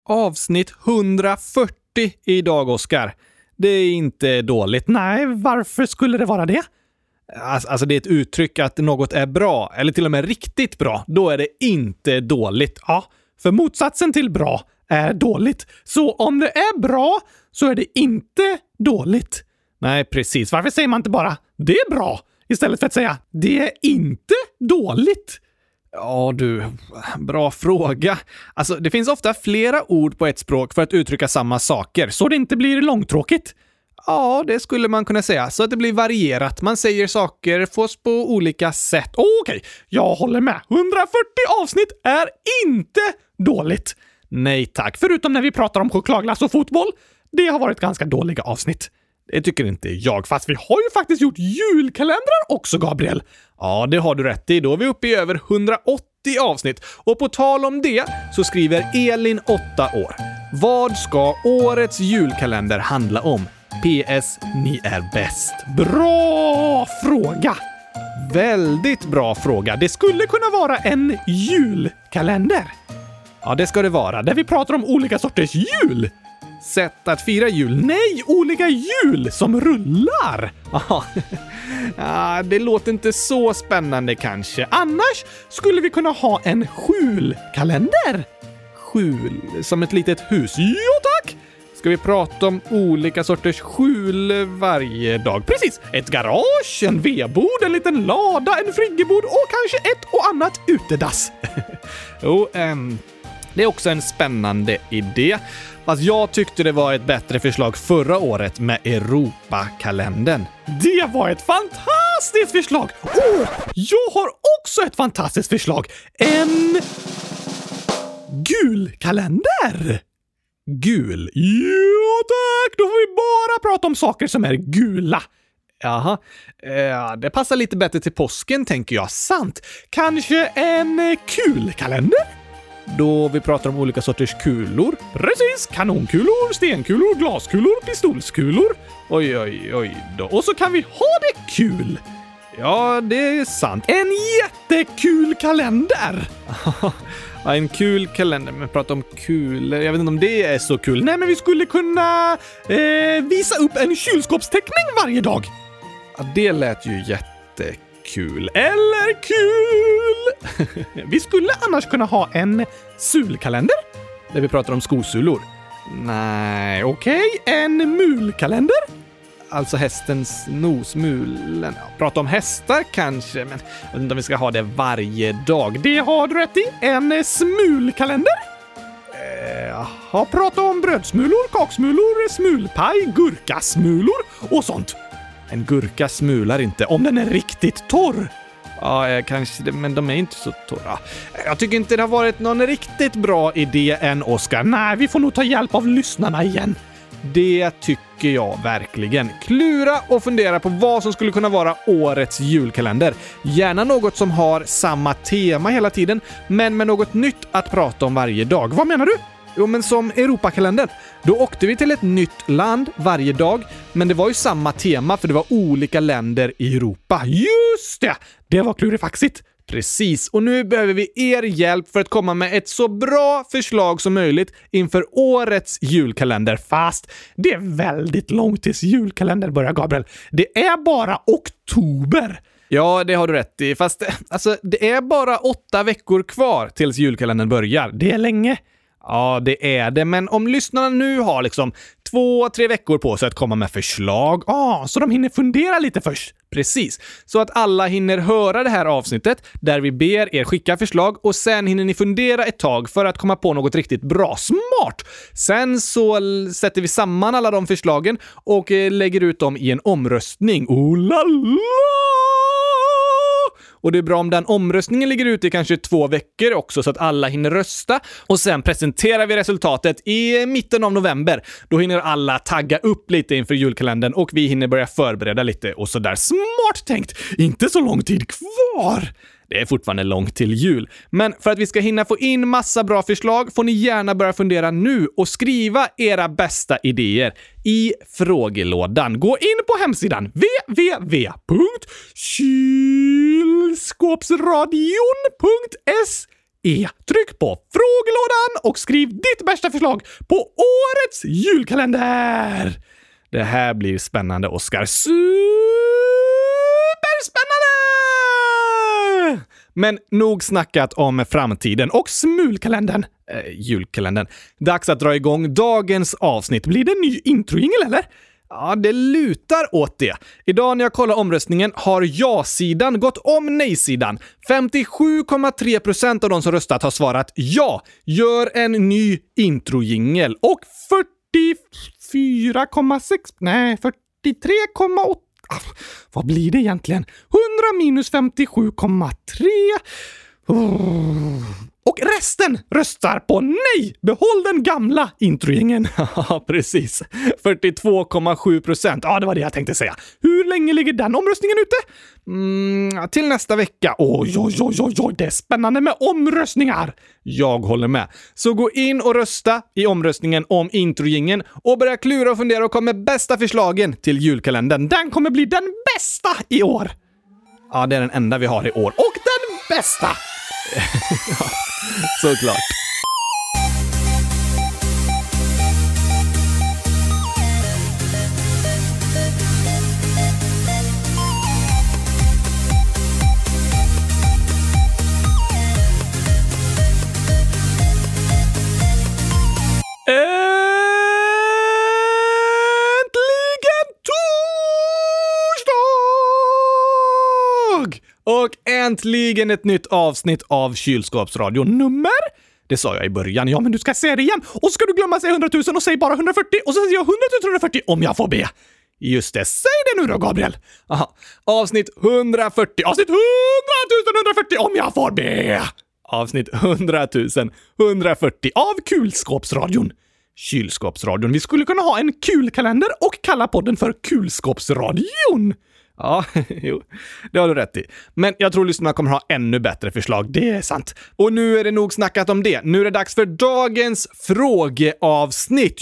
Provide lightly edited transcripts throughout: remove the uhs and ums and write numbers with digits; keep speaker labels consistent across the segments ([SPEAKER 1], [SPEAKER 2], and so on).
[SPEAKER 1] Avsnitt 140 idag, Oskar. Det är inte dåligt.
[SPEAKER 2] Nej, varför skulle det vara det?
[SPEAKER 1] Alltså det är ett uttryck att något är bra, eller till och med riktigt bra. Då är det inte dåligt.
[SPEAKER 2] Ja, för motsatsen till bra är dåligt. Så om det är bra så är det inte dåligt.
[SPEAKER 1] Nej, precis.
[SPEAKER 2] Varför säger man inte bara det är bra istället för att säga det är inte dåligt?
[SPEAKER 1] Ja du, bra fråga. Alltså det finns ofta flera ord på ett språk för att uttrycka samma saker.
[SPEAKER 2] Så det inte blir långtråkigt?
[SPEAKER 1] Ja, det skulle man kunna säga. Så att det blir varierat. Man säger saker fås på olika sätt.
[SPEAKER 2] Okej, jag håller med. 140 avsnitt är inte dåligt.
[SPEAKER 1] Nej tack.
[SPEAKER 2] Förutom när vi pratar om chokladglass och fotboll. Det har varit ganska dåliga avsnitt.
[SPEAKER 1] Det tycker inte jag.
[SPEAKER 2] Fast vi har ju faktiskt gjort julkalendrar också, Gabriel.
[SPEAKER 1] Ja, det har du rätt i. Då är vi uppe i över 180 avsnitt. Och på tal om det så skriver Elin 8 år. Vad ska årets julkalender handla om? PS, ni är bäst.
[SPEAKER 2] Bra fråga!
[SPEAKER 1] Väldigt bra fråga.
[SPEAKER 2] Det skulle kunna vara en julkalender.
[SPEAKER 1] Ja, det ska det vara.
[SPEAKER 2] Där vi pratar om olika sorters jul.
[SPEAKER 1] Sätt att fira jul.
[SPEAKER 2] Nej, olika jul som rullar.
[SPEAKER 1] Ja, det låter inte så spännande kanske.
[SPEAKER 2] Annars skulle vi kunna ha en skjulkalender.
[SPEAKER 1] Skjul, som ett litet hus.
[SPEAKER 2] Ja, tack!
[SPEAKER 1] Ska vi prata om olika sorters skjul varje dag?
[SPEAKER 2] Precis! Ett garage, en vedbod, en liten lada, en friggebod och kanske ett och annat utedass.
[SPEAKER 1] Det är också en spännande idé. Fast jag tyckte det var ett bättre förslag förra året med Europakalendern.
[SPEAKER 2] Det var ett fantastiskt förslag! Jag har också ett fantastiskt förslag. En gulkalender!
[SPEAKER 1] Gul?
[SPEAKER 2] Ja tack! Då får vi bara prata om saker som är gula.
[SPEAKER 1] Jaha, det passar lite bättre till påsken tänker jag.
[SPEAKER 2] Sant. Kanske en kulkalender?
[SPEAKER 1] Då vi pratar om olika sorters kulor.
[SPEAKER 2] Precis, kanonkulor, stenkulor, glaskulor, pistolskulor.
[SPEAKER 1] Oj då.
[SPEAKER 2] Och så kan vi ha det kul.
[SPEAKER 1] Ja, det är sant.
[SPEAKER 2] En jättekul kalender.
[SPEAKER 1] Ja, en kul kalender. Men prata om kulor. Jag vet inte om det är så kul.
[SPEAKER 2] Nej, men vi skulle kunna visa upp en kylskåpsteckning varje dag.
[SPEAKER 1] Ja, det lät ju jättekul.
[SPEAKER 2] Eller kul! Vi skulle annars kunna ha en sulkalender.
[SPEAKER 1] Där vi pratar om skosulor.
[SPEAKER 2] Nej, okej. En mulkalender.
[SPEAKER 1] Alltså hästens nosmulen. Prata om hästar kanske, men jag vet inte om vi ska ha det varje dag.
[SPEAKER 2] Det har du rätt i. En smulkalender. Prata om brödsmulor, kaksmulor, smulpaj, gurkasmulor och sånt.
[SPEAKER 1] En gurka smular inte om den är riktigt torr. Ja, kanske det, men de är inte så torra. Jag tycker inte det har varit någon riktigt bra idé än, Oskar.
[SPEAKER 2] Nej, vi får nog ta hjälp av lyssnarna igen.
[SPEAKER 1] Det tycker jag verkligen. Klura och fundera på vad som skulle kunna vara årets julkalender. Gärna något som har samma tema hela tiden, men med något nytt att prata om varje dag. Vad menar du? Jo, men som Europakalendern. Då åkte vi till ett nytt land varje dag, men det var ju samma tema för det var olika länder i Europa.
[SPEAKER 2] Just det! Det var klurifaxigt.
[SPEAKER 1] Precis, och nu behöver vi er hjälp för att komma med ett så bra förslag som möjligt inför årets julkalender.
[SPEAKER 2] Fast det är väldigt långt tills julkalender börjar, Gabriel. Det är bara oktober.
[SPEAKER 1] Ja, det har du rätt i. Fast alltså, det är bara 8 veckor kvar tills julkalendern börjar.
[SPEAKER 2] Det är länge.
[SPEAKER 1] Ja, det är det. Men om lyssnarna nu har 2-3 veckor på sig att komma med förslag.
[SPEAKER 2] Så de hinner fundera lite först.
[SPEAKER 1] Precis. Så att alla hinner höra det här avsnittet där vi ber er skicka förslag och sen hinner ni fundera ett tag för att komma på något riktigt bra. Smart! Sen så sätter vi samman alla de förslagen och lägger ut dem i en omröstning.
[SPEAKER 2] Oh la la!
[SPEAKER 1] Och det är bra om den omröstningen ligger ute i kanske 2 veckor också så att alla hinner rösta. Och sen presenterar vi resultatet i mitten av november. Då hinner alla tagga upp lite inför julkalendern och vi hinner börja förbereda lite och sådär.
[SPEAKER 2] Smart tänkt! Inte så lång tid kvar!
[SPEAKER 1] Det är fortfarande långt till jul. Men för att vi ska hinna få in massa bra förslag får ni gärna börja fundera nu och skriva era bästa idéer i frågelådan. Gå in på hemsidan www.kylskåpsradion.se
[SPEAKER 2] Tryck på frågelådan och skriv ditt bästa förslag på årets julkalender.
[SPEAKER 1] Det här blir spännande, Oskar.
[SPEAKER 2] Superspännande!
[SPEAKER 1] Men nog snackat om framtiden och
[SPEAKER 2] smulkalendern.
[SPEAKER 1] Julkalendern. Dags att dra igång dagens avsnitt.
[SPEAKER 2] Blir det en ny introjingel eller?
[SPEAKER 1] Ja, det lutar åt det. Idag när jag kollar omröstningen har ja-sidan gått om nej-sidan. 57,3% av de som röstat har svarat ja, gör en ny introjingel. Och
[SPEAKER 2] 43,8. Vad blir det egentligen? 100 minus 57,3. Och resten röstar på nej! Behåll den gamla introjingen.
[SPEAKER 1] Ja, precis. 42,7%. Ja, det var det jag tänkte säga.
[SPEAKER 2] Hur länge ligger den omröstningen ute?
[SPEAKER 1] Till nästa vecka.
[SPEAKER 2] Oj, det är spännande med omröstningar.
[SPEAKER 1] Jag håller med. Så gå in och rösta i omröstningen om introjingen och börja klura och fundera och kom med bästa förslagen till julkalendern.
[SPEAKER 2] Den kommer bli den bästa i år.
[SPEAKER 1] Ja, det är den enda vi har i år.
[SPEAKER 2] Och den bästa!
[SPEAKER 1] Ja, såklart. Och äntligen ett nytt avsnitt av Kylskåpsradion.
[SPEAKER 2] Nummer?
[SPEAKER 1] Det sa jag i början.
[SPEAKER 2] Ja, men du ska säga det igen. Och så ska du glömma säga 100 000 och säg bara 140. Och så säger jag 100 140 om jag får be.
[SPEAKER 1] Just det.
[SPEAKER 2] Säg det nu då, Gabriel.
[SPEAKER 1] Aha. Avsnitt 140.
[SPEAKER 2] Avsnitt 100 140 om jag får be.
[SPEAKER 1] Avsnitt 100 140 av Kulskåpsradion. Kylskåpsradion.
[SPEAKER 2] Vi skulle kunna ha en kulkalender och kalla podden för Kulskåpsradion.
[SPEAKER 1] Ja, jo, det har du rätt i. Men jag tror lyssnarna kommer ha ännu bättre förslag.
[SPEAKER 2] Det är sant.
[SPEAKER 1] Och nu är det nog snackat om det. Nu är det dags för dagens frågeavsnitt.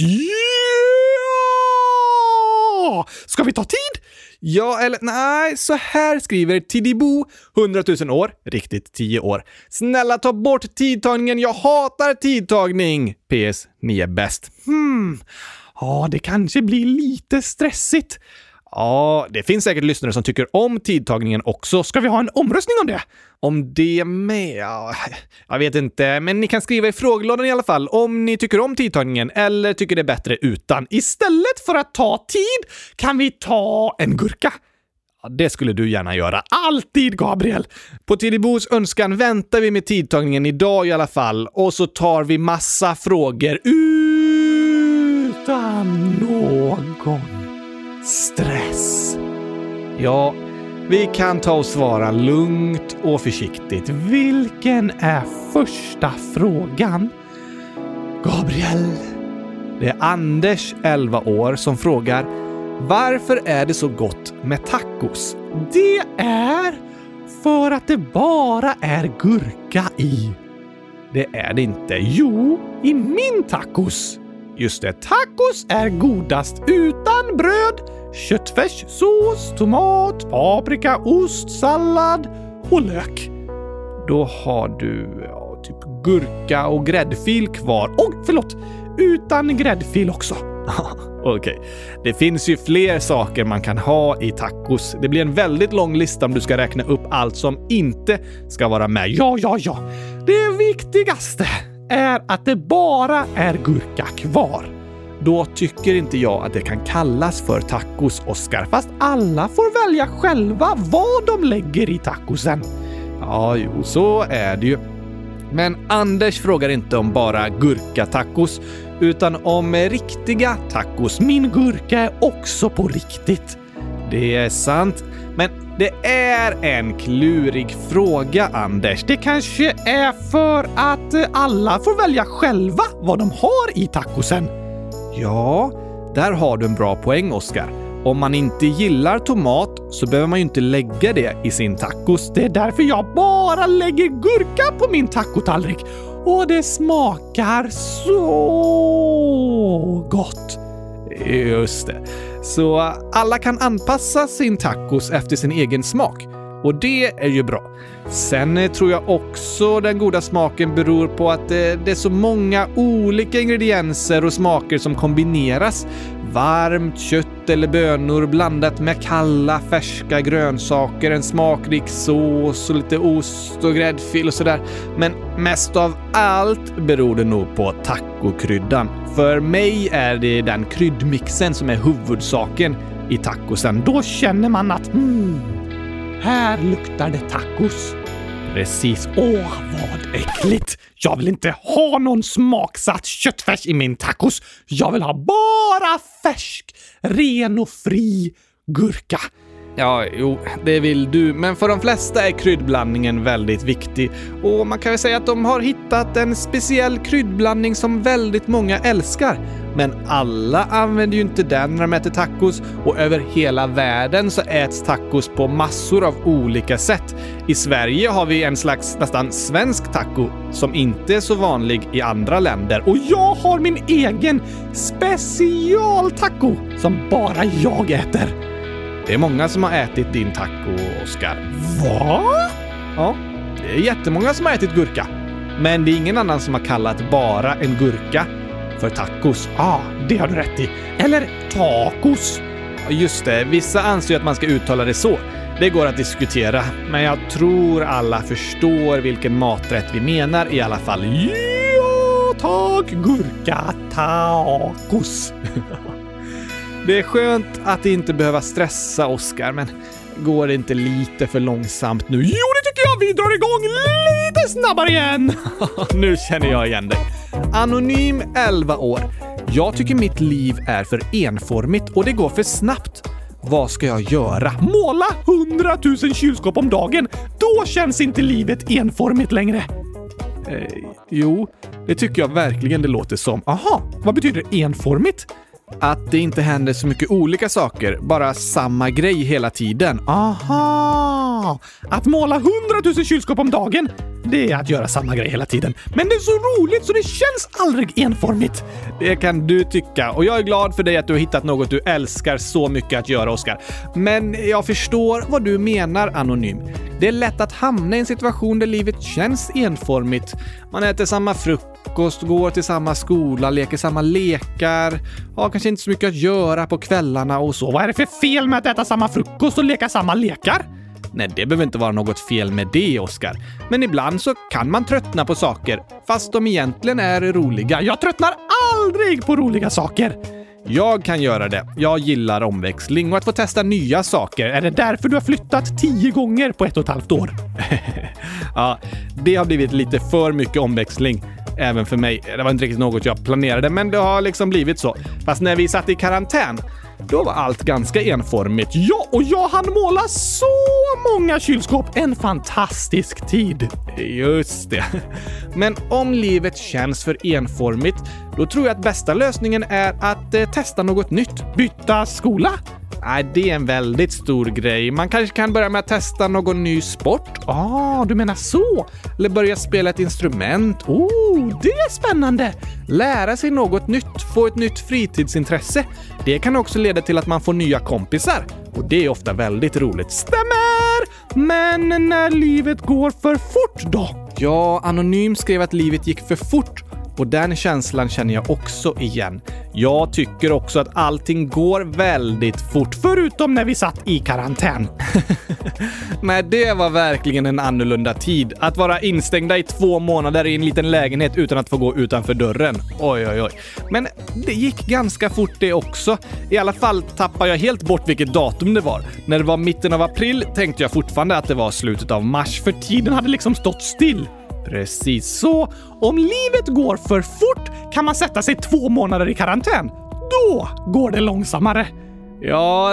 [SPEAKER 2] Ja! Ska vi ta tid?
[SPEAKER 1] Ja, eller nej, så här skriver Tidibo, 100 000 år, riktigt 10 år. Snälla ta bort tidtagningen, jag hatar tidtagning. PS, ni är bäst.
[SPEAKER 2] Ja, det kanske blir lite stressigt.
[SPEAKER 1] Ja, det finns säkert lyssnare som tycker om tidtagningen också.
[SPEAKER 2] Ska vi ha en omröstning om det?
[SPEAKER 1] Om det med? Ja, jag vet inte, men ni kan skriva i frågelådan i alla fall om ni tycker om tidtagningen eller tycker det är bättre utan.
[SPEAKER 2] Istället för att ta tid kan vi ta en gurka.
[SPEAKER 1] Ja, det skulle du gärna göra.
[SPEAKER 2] Alltid, Gabriel!
[SPEAKER 1] På Tidibos önskan väntar vi med tidtagningen idag i alla fall och så tar vi massa frågor
[SPEAKER 2] utan någon stress.
[SPEAKER 1] Ja, vi kan ta och svara lugnt och försiktigt.
[SPEAKER 2] Vilken är första frågan?
[SPEAKER 1] Gabriel. Det är Anders, 11 år, som frågar: varför är det så gott med tacos?
[SPEAKER 2] Det är för att det bara är gurka i.
[SPEAKER 1] Det är det inte.
[SPEAKER 2] Jo, i min tacos.
[SPEAKER 1] Just det.
[SPEAKER 2] Tacos är godast utan bröd, köttfärs, sås, tomat, paprika, ost, sallad och lök.
[SPEAKER 1] Då har du typ gurka och gräddfil kvar.
[SPEAKER 2] Förlåt, utan gräddfil också.
[SPEAKER 1] Okej. Det finns ju fler saker man kan ha i tacos. Det blir en väldigt lång lista om du ska räkna upp allt som inte ska vara med.
[SPEAKER 2] Ja. Det viktigaste är att det bara är gurka kvar.
[SPEAKER 1] Då tycker inte jag att det kan kallas för tacos, Oskar.
[SPEAKER 2] Fast alla får välja själva vad de lägger i tacosen.
[SPEAKER 1] Ja, jo, så är det ju. Men Anders frågar inte om bara gurka-tacos, utan om riktiga tacos.
[SPEAKER 2] Min gurka är också på riktigt.
[SPEAKER 1] Det är sant, men det är en klurig fråga, Anders.
[SPEAKER 2] Det kanske är för att alla får välja själva vad de har i tacosen.
[SPEAKER 1] Ja, där har du en bra poäng, Oskar. Om man inte gillar tomat så behöver man ju inte lägga det i sin tacos.
[SPEAKER 2] Det är därför jag bara lägger gurka på min tacotallrik. Och det smakar så gott.
[SPEAKER 1] Just det. Så alla kan anpassa sin tacos efter sin egen smak. Och det är ju bra. Sen tror jag också den goda smaken beror på att det är så många olika ingredienser och smaker som kombineras. Varmt kött eller bönor blandat med kalla, färska grönsaker, en smakrik sås och lite ost och gräddfil och sådär. Men mest av allt beror det nog på tacokryddan. För mig är det den kryddmixen som är huvudsaken i tacosen.
[SPEAKER 2] Då känner man att här luktar det tacos.
[SPEAKER 1] Precis.
[SPEAKER 2] Vad äckligt! Jag vill inte ha någon smaksatt köttfärs i min tacos. Jag vill ha bara färsk, ren och fri gurka.
[SPEAKER 1] Ja, jo, det vill du. Men för de flesta är kryddblandningen väldigt viktig. Och man kan väl säga att de har hittat en speciell kryddblandning som väldigt många älskar. Men alla använder ju inte den när de äter tacos. Och över hela världen så äts tacos på massor av olika sätt. I Sverige har vi en slags nästan svensk taco som inte är så vanlig i andra länder.
[SPEAKER 2] Och jag har min egen specialtaco som bara jag äter.
[SPEAKER 1] Det är många som har ätit din taco, Oskar.
[SPEAKER 2] Va?
[SPEAKER 1] Ja, det är jättemånga som har ätit gurka. Men det är ingen annan som har kallat bara en gurka för tacos.
[SPEAKER 2] Det har du rätt i. Eller tacos.
[SPEAKER 1] Just det, vissa anser att man ska uttala det så. Det går att diskutera, men jag tror alla förstår vilken maträtt vi menar i alla fall.
[SPEAKER 2] Ja, tack, gurka tacos.
[SPEAKER 1] Det är skönt att inte behöva stressa, Oskar, men går det inte lite för långsamt nu?
[SPEAKER 2] Jo, det tycker jag. Vi drar igång lite snabbare igen.
[SPEAKER 1] Nu känner jag igen dig. Anonym 11 år. Jag tycker mitt liv är för enformigt och det går för snabbt. Vad ska jag göra?
[SPEAKER 2] Måla 100 000 kylskåp om dagen. Då känns inte livet enformigt längre.
[SPEAKER 1] Jo, det tycker jag verkligen det låter som.
[SPEAKER 2] Aha, vad betyder enformigt?
[SPEAKER 1] Att det inte händer så mycket olika saker, bara samma grej hela tiden.
[SPEAKER 2] Aha! Att måla 100 000 kylskåp om dagen, det är att göra samma grej hela tiden. Men det är så roligt så det känns aldrig enformigt.
[SPEAKER 1] Det kan du tycka och jag är glad för dig att du har hittat något du älskar så mycket att göra, Oskar. Men jag förstår vad du menar, Anonym. Det är lätt att hamna i en situation där livet känns enformigt. Man äter samma frukost, går till samma skola, leker samma lekar, har kanske inte så mycket att göra på kvällarna och så.
[SPEAKER 2] Vad är det för fel med att äta samma frukost och leka samma lekar?
[SPEAKER 1] Nej, det behöver inte vara något fel med det, Oskar. Men ibland så kan man tröttna på saker, fast de egentligen är roliga.
[SPEAKER 2] Jag tröttnar aldrig på roliga saker.
[SPEAKER 1] Jag kan göra det. Jag gillar omväxling och att få testa nya saker.
[SPEAKER 2] Är det därför du har flyttat 10 gånger på 1,5 år?
[SPEAKER 1] Ja, det har blivit lite för mycket omväxling. Även för mig. Det var inte riktigt något jag planerade, men det har liksom blivit så. Fast när vi satt i karantän, då var allt ganska enformigt.
[SPEAKER 2] Ja, och jag hann måla så många kylskåp. En fantastisk tid.
[SPEAKER 1] Just det. Men om livet känns för enformigt, då tror jag att bästa lösningen är att testa något nytt.
[SPEAKER 2] Byta skola?
[SPEAKER 1] Nej, det är en väldigt stor grej. Man kanske kan börja med att testa någon ny sport.
[SPEAKER 2] Du menar så?
[SPEAKER 1] Eller börja spela ett instrument.
[SPEAKER 2] Det är spännande.
[SPEAKER 1] Lära sig något nytt, få ett nytt fritidsintresse. Det kan också leda till att man får nya kompisar. Och det är ofta väldigt roligt.
[SPEAKER 2] Stämmer! Men när livet går för fort då?
[SPEAKER 1] Ja, Anonym skrev att livet gick för fort. Och den känslan känner jag också igen. Jag tycker också att allting går väldigt fort.
[SPEAKER 2] Förutom när vi satt i karantän.
[SPEAKER 1] Nej, det var verkligen en annorlunda tid. Att vara instängda i 2 månader i en liten lägenhet utan att få gå utanför dörren. Oj. Men det gick ganska fort det också. I alla fall tappade jag helt bort vilket datum det var. När det var mitten av april tänkte jag fortfarande att det var slutet av mars.
[SPEAKER 2] För tiden hade liksom stått still.
[SPEAKER 1] Precis
[SPEAKER 2] så. Om livet går för fort kan man sätta sig 2 månader i karantän. Då går det långsammare.
[SPEAKER 1] Ja,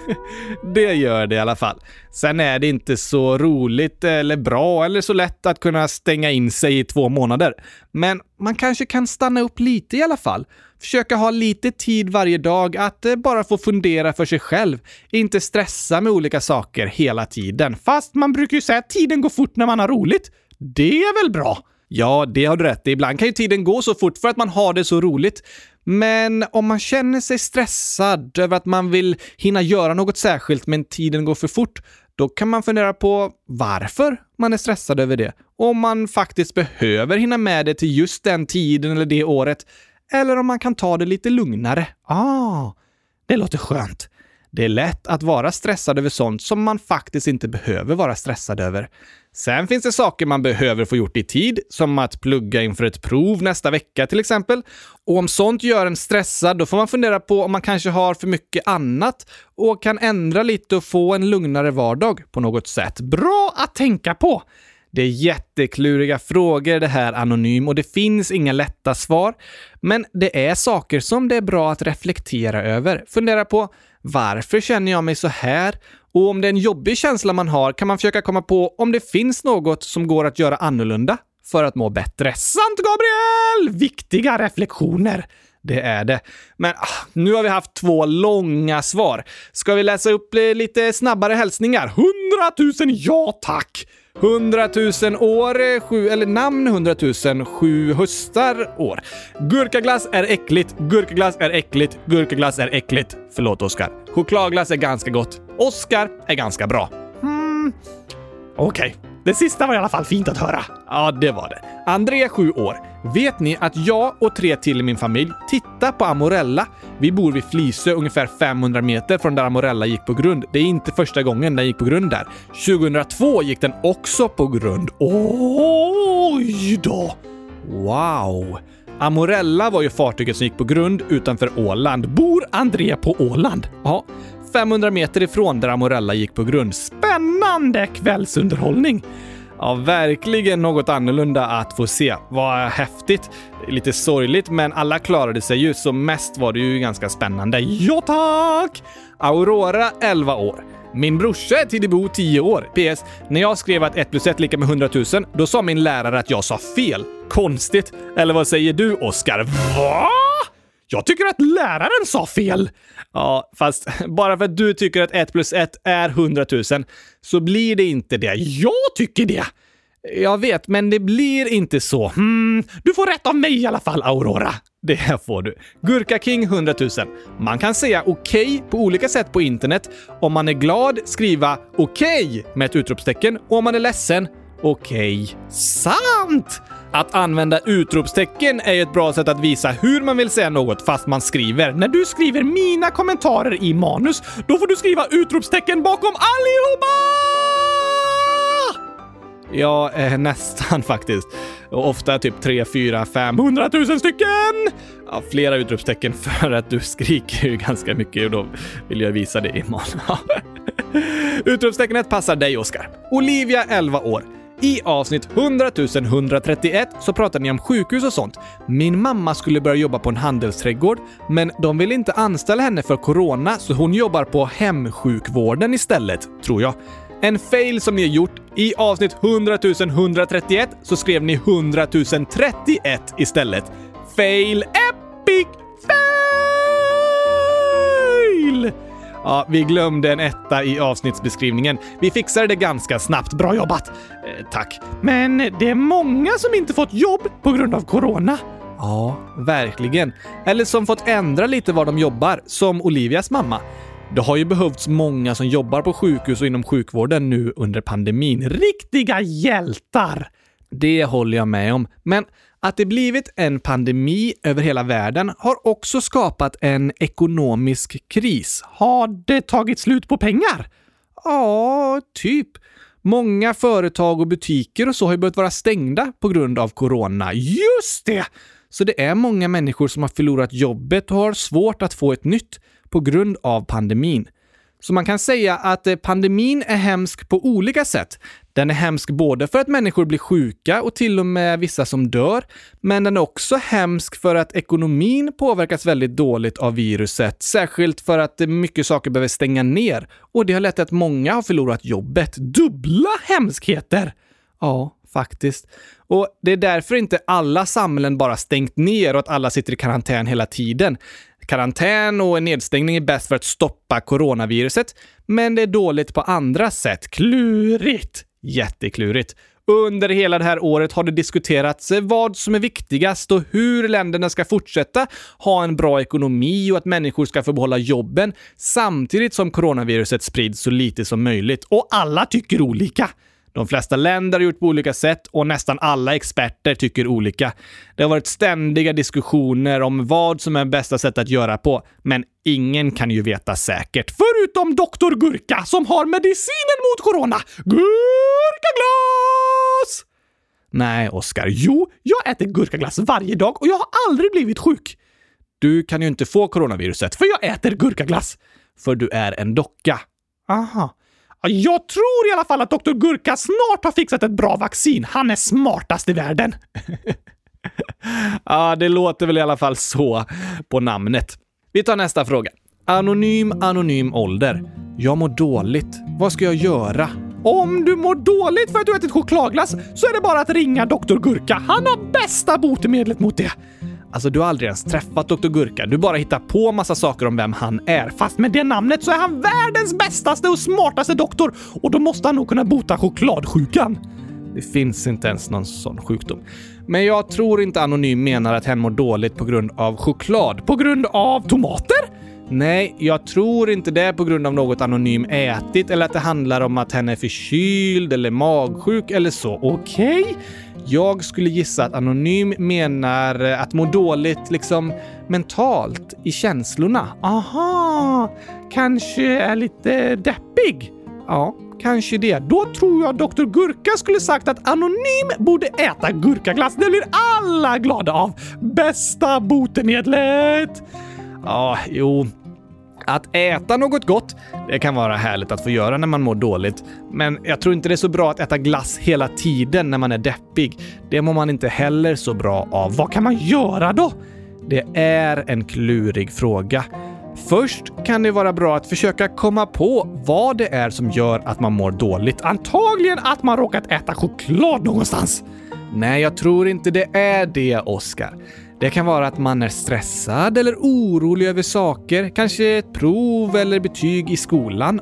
[SPEAKER 1] det gör det i alla fall. Sen är det inte så roligt eller bra eller så lätt att kunna stänga in sig i 2 månader. Men man kanske kan stanna upp lite i alla fall. Försöka ha lite tid varje dag att bara få fundera för sig själv. Inte stressa med olika saker hela tiden.
[SPEAKER 2] Fast man brukar ju säga att tiden går fort när man har roligt. Det är väl bra?
[SPEAKER 1] Ja, det har du rätt. Ibland kan ju tiden gå så fort för att man har det så roligt. Men om man känner sig stressad över att man vill hinna göra något särskilt men tiden går för fort, då kan man fundera på varför man är stressad över det. Om man faktiskt behöver hinna med det till just den tiden eller det året. Eller om man kan ta det lite lugnare.
[SPEAKER 2] Det låter skönt.
[SPEAKER 1] Det är lätt att vara stressad över sånt som man faktiskt inte behöver vara stressad över. Sen finns det saker man behöver få gjort i tid, som att plugga inför ett prov nästa vecka till exempel. Och om sånt gör en stressad, då får man fundera på om man kanske har för mycket annat och kan ändra lite och få en lugnare vardag på något sätt.
[SPEAKER 2] Bra att tänka på!
[SPEAKER 1] Det är jättekluriga frågor det här, Anonym, och det finns inga lätta svar. Men det är saker som det är bra att reflektera över. Fundera på, varför känner jag mig så här? Och om det är en jobbig känsla man har kan man försöka komma på om det finns något som går att göra annorlunda för att må bättre.
[SPEAKER 2] Sant, Gabriel! Viktiga reflektioner.
[SPEAKER 1] Det är det. Men nu har vi haft 2 långa svar. Ska vi läsa upp lite snabbare hälsningar?
[SPEAKER 2] 100 000 ja tack!
[SPEAKER 1] 100 000 år, 7 eller namn 100 000, 7 höstar år. Gurkaglass är äckligt, gurkaglass är äckligt, gurkaglass är äckligt. Förlåt, Oskar. Chokladglass är ganska gott. Oskar är ganska bra.
[SPEAKER 2] Okej. Det sista var i alla fall fint att höra.
[SPEAKER 1] Ja, det var det. André, 7 år. Vet ni att jag och 3 till i min familj tittar på Amorella? Vi bor vid Flisö, ungefär 500 meter från där Amorella gick på grund. Det är inte första gången den gick på grund där. 2002 gick den också på grund.
[SPEAKER 2] Oj då!
[SPEAKER 1] Wow! Amorella var ju fartyget som gick på grund utanför Åland.
[SPEAKER 2] Bor André på Åland?
[SPEAKER 1] Ja, 500 meter ifrån där Amorella gick på grund.
[SPEAKER 2] Spännande kvällsunderhållning!
[SPEAKER 1] Ja, verkligen något annorlunda att få se. Vad häftigt. Lite sorgligt, men alla klarade sig ju, så mest var det ju ganska spännande.
[SPEAKER 2] Ja tack!
[SPEAKER 1] Aurora, 11 år. Min brorsa är Tidibo 10 år. PS. När jag skrev att 1 + 1 lika med 100 000, då sa min lärare att jag sa fel. Konstigt. Eller vad säger du, Oskar?
[SPEAKER 2] Va? Jag tycker att läraren sa fel.
[SPEAKER 1] Ja, fast bara för att du tycker att 1 + 1 är 100 000 så blir det inte det.
[SPEAKER 2] Jag tycker det.
[SPEAKER 1] Jag vet, men det blir inte så.
[SPEAKER 2] Du får rätt av mig i alla fall, Aurora.
[SPEAKER 1] Det här får du. Gurka King 100 000. Man kan säga okej på olika sätt på internet. Om man är glad, skriva okej med ett utropstecken. Och om man är ledsen, okej.
[SPEAKER 2] Sant!
[SPEAKER 1] Att använda utropstecken är ett bra sätt att visa hur man vill säga något fast man skriver.
[SPEAKER 2] När du skriver mina kommentarer i manus, då får du skriva utropstecken bakom allihopa!
[SPEAKER 1] Ja, nästan faktiskt. Och ofta typ 3, 4, 500 000 stycken! Ja, flera utropstecken för att du skriker ju ganska mycket och då vill jag visa det imorgon. Utropstecknet passar dig, Oskar. Olivia, 11 år. I avsnitt 100 131 så pratar ni om sjukhus och sånt. Min mamma skulle börja jobba på en handelsträdgård, men de vill inte anställa henne för corona så hon jobbar på hemsjukvården istället, tror jag. En fail som ni har gjort. I avsnitt 100 131 så skrev ni 100 031 istället. Fail, epic fail! Ja, vi glömde en etta i avsnittsbeskrivningen. Vi fixade det ganska snabbt.
[SPEAKER 2] Bra jobbat!
[SPEAKER 1] Tack.
[SPEAKER 2] Men det är många som inte fått jobb på grund av corona.
[SPEAKER 1] Ja, verkligen. Eller som fått ändra lite var de jobbar, som Olivias mamma. Det har ju behövts många som jobbar på sjukhus och inom sjukvården nu under pandemin.
[SPEAKER 2] Riktiga hjältar!
[SPEAKER 1] Det håller jag med om. Men att det blivit en pandemi över hela världen har också skapat en ekonomisk kris.
[SPEAKER 2] Har det tagit slut på pengar?
[SPEAKER 1] Ja, typ. Många företag och butiker och så har ju börjat vara stängda på grund av corona.
[SPEAKER 2] Just det!
[SPEAKER 1] Så det är många människor som har förlorat jobbet och har svårt att få ett nytt på grund av pandemin. Så man kan säga att pandemin är hemsk på olika sätt. Den är hemsk både för att människor blir sjuka och till och med vissa som dör. Men den är också hemsk för att ekonomin påverkas väldigt dåligt av viruset. Särskilt för att mycket saker behöver stänga ner. Och det har lett till att många har förlorat jobbet.
[SPEAKER 2] Dubbla hemskheter!
[SPEAKER 1] Ja, faktiskt. Och det är därför inte alla samhällen bara stängt ner och att alla sitter i karantän hela tiden. Karantän och en nedstängning är bäst för att stoppa coronaviruset, men det är dåligt på andra sätt.
[SPEAKER 2] Klurigt!
[SPEAKER 1] Jätteklurigt. Under hela det här året har det diskuterats vad som är viktigast och hur länderna ska fortsätta ha en bra ekonomi och att människor ska få behålla jobben samtidigt som coronaviruset sprids så lite som möjligt. Och alla tycker olika. De flesta länder har gjort på olika sätt och nästan alla experter tycker olika. Det har varit ständiga diskussioner om vad som är bästa sätt att göra på, men ingen kan ju veta säkert. Förutom Dr. Gurka som har medicinen mot corona. Gurkaglass! Nej, Oskar. Jo, jag äter gurkaglass varje dag och jag har aldrig blivit sjuk. Du kan ju inte få coronaviruset för jag äter gurkaglass. För du är en docka. Aha. Jag tror i alla fall att Dr. Gurka snart har fixat ett bra vaccin. Han är smartast i världen. Ja, det låter väl i alla fall så på namnet. Vi tar nästa fråga. Anonym ålder. Jag mår dåligt. Vad ska jag göra? Om du mår dåligt för att du ätit chokladglass så är det bara att ringa Dr. Gurka. Han har bästa botemedlet mot det. Alltså, du har aldrig ens träffat Dr. Gurka. Du bara hittar på massa saker om vem han är. Fast med det namnet så är han världens bästaste och smartaste doktor. Och då måste han nog kunna bota chokladsjukan. Det finns inte ens någon sån sjukdom. Men jag tror inte Anonym menar att hen mår dåligt på grund av choklad. På grund av tomater? Nej, jag tror inte det på grund av något Anonym ätit eller att det handlar om att hen är förkyld eller magsjuk eller så. Okej? Jag skulle gissa att Anonym menar att må dåligt liksom mentalt i känslorna. Aha, kanske är lite deppig. Ja, kanske det. Då tror jag Dr. Gurka skulle sagt att Anonym borde äta gurkaglass. Det blir alla glada av. Bästa botemedlet. Ja, jo. Att äta något gott, det kan vara härligt att få göra när man mår dåligt. Men jag tror inte det är så bra att äta glass hela tiden när man är deppig. Det mår man inte heller så bra av. Vad kan man göra då? Det är en klurig fråga. Först kan det vara bra att försöka komma på vad det är som gör att man mår dåligt. Antagligen att man råkat äta choklad någonstans. Nej, jag tror inte det är det, Oskar. Det kan vara att man är stressad eller orolig över saker, kanske ett prov eller betyg i skolan.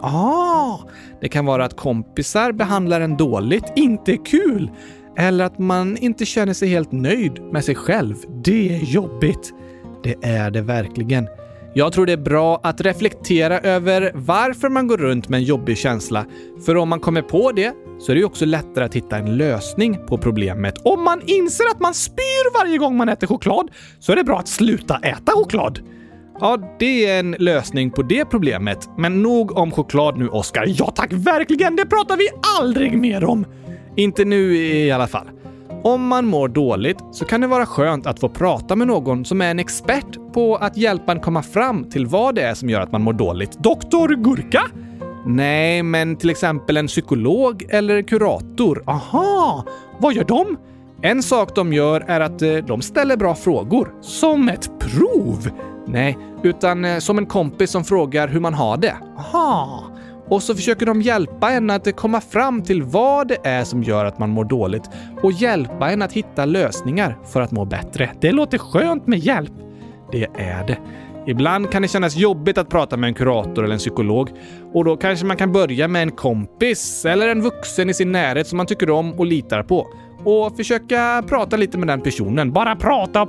[SPEAKER 1] Det kan vara att kompisar behandlar en dåligt, inte kul. Eller att man inte känner sig helt nöjd med sig själv. Det är jobbigt. Det är det verkligen. Jag tror det är bra att reflektera över varför man går runt med en jobbig känsla. För om man kommer på det så är det ju också lättare att hitta en lösning på problemet. Om man inser att man spyr varje gång man äter choklad så är det bra att sluta äta choklad. Ja, det är en lösning på det problemet. Men nog om choklad nu, Oskar. Ja tack, verkligen. Det pratar vi aldrig mer om. Inte nu i alla fall. Om man mår dåligt så kan det vara skönt att få prata med någon som är en expert på att hjälpa en komma fram till vad det är som gör att man mår dåligt. Dr. Gurka? Nej, men till exempel en psykolog eller kurator. Aha, vad gör de? En sak de gör är att de ställer bra frågor. Som ett prov? Nej, utan som en kompis som frågar hur man har det. Aha. Och så försöker de hjälpa en att komma fram till vad det är som gör att man mår dåligt och hjälpa en att hitta lösningar för att må bättre. Det låter skönt med hjälp. Det är det. Ibland kan det kännas jobbigt att prata med en kurator eller en psykolog och då kanske man kan börja med en kompis eller en vuxen i sin närhet som man tycker om och litar på och försöka prata lite med den personen. Bara prata.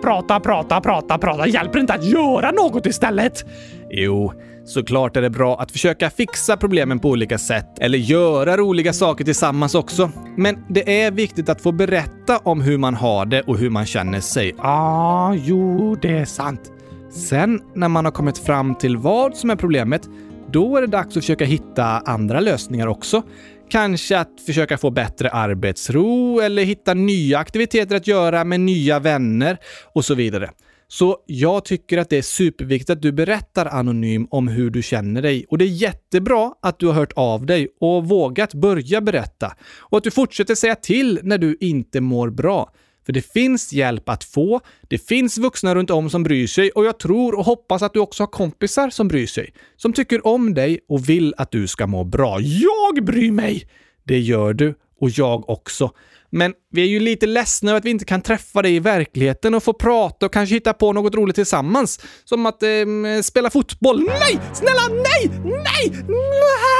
[SPEAKER 1] Hjälper inte att göra något istället? Jo, såklart är det bra att försöka fixa problemen på olika sätt eller göra roliga saker tillsammans också. Men det är viktigt att få berätta om hur man har det och hur man känner sig. Jo, det är sant. Sen när man har kommit fram till vad som är problemet, då är det dags att försöka hitta andra lösningar också. Kanske att försöka få bättre arbetsro eller hitta nya aktiviteter att göra med nya vänner och så vidare. Så jag tycker att det är superviktigt att du berättar anonym om hur du känner dig. Och det är jättebra att du har hört av dig och vågat börja berätta. Och att du fortsätter säga till när du inte mår bra. För det finns hjälp att få, det finns vuxna runt om som bryr sig och jag tror och hoppas att du också har kompisar som bryr sig. Som tycker om dig och vill att du ska må bra. Jag bryr mig! Det gör du och jag också. Men vi är ju lite ledsna över att vi inte kan träffa dig i verkligheten och få prata och kanske hitta på något roligt tillsammans. Som att spela fotboll. Nej! Snälla, nej!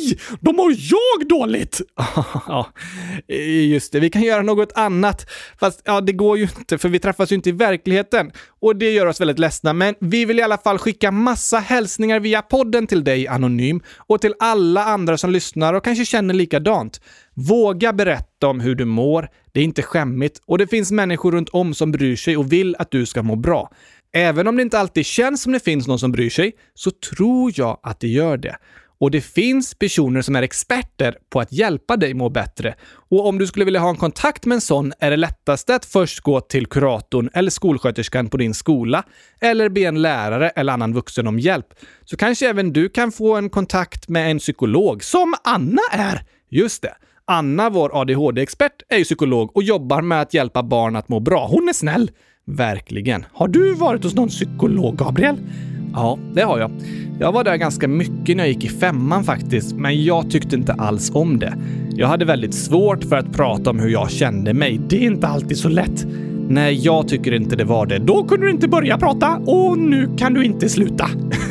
[SPEAKER 2] nej! Då mår jag dåligt!
[SPEAKER 1] Ja, just det. Vi kan göra något annat. Fast ja, det går ju inte för vi träffas ju inte i verkligheten. Och det gör oss väldigt ledsna. Men vi vill i alla fall skicka massa hälsningar via podden till dig, Anonym. Och till alla andra som lyssnar och kanske känner likadant. Våga berätta om hur du mår. Det är inte skämmigt. Och det finns människor runt om som bryr sig och vill att du ska må bra. Även om det inte alltid känns som det finns någon som bryr sig, så tror jag att det gör det. Och det finns personer som är experter på att hjälpa dig må bättre. Och om du skulle vilja ha en kontakt med en sån är det lättaste att först gå till kuratorn eller skolsköterskan på din skola eller be en lärare eller annan vuxen om hjälp. Så kanske även du kan få en kontakt med en psykolog, som Anna är. Just det. Anna, vår ADHD-expert, är ju psykolog och jobbar med att hjälpa barn att må bra. Hon är snäll. Verkligen.
[SPEAKER 2] Har du varit hos någon psykolog, Gabriel?
[SPEAKER 1] Ja, det har jag. Jag var där ganska mycket när jag gick i 5:an faktiskt, men jag tyckte inte alls om det. Jag hade väldigt svårt för att prata om hur jag kände mig.
[SPEAKER 2] Det är inte alltid så lätt.
[SPEAKER 1] Nej, jag tycker inte det var det.
[SPEAKER 2] Då kunde du inte börja prata och nu kan du inte sluta.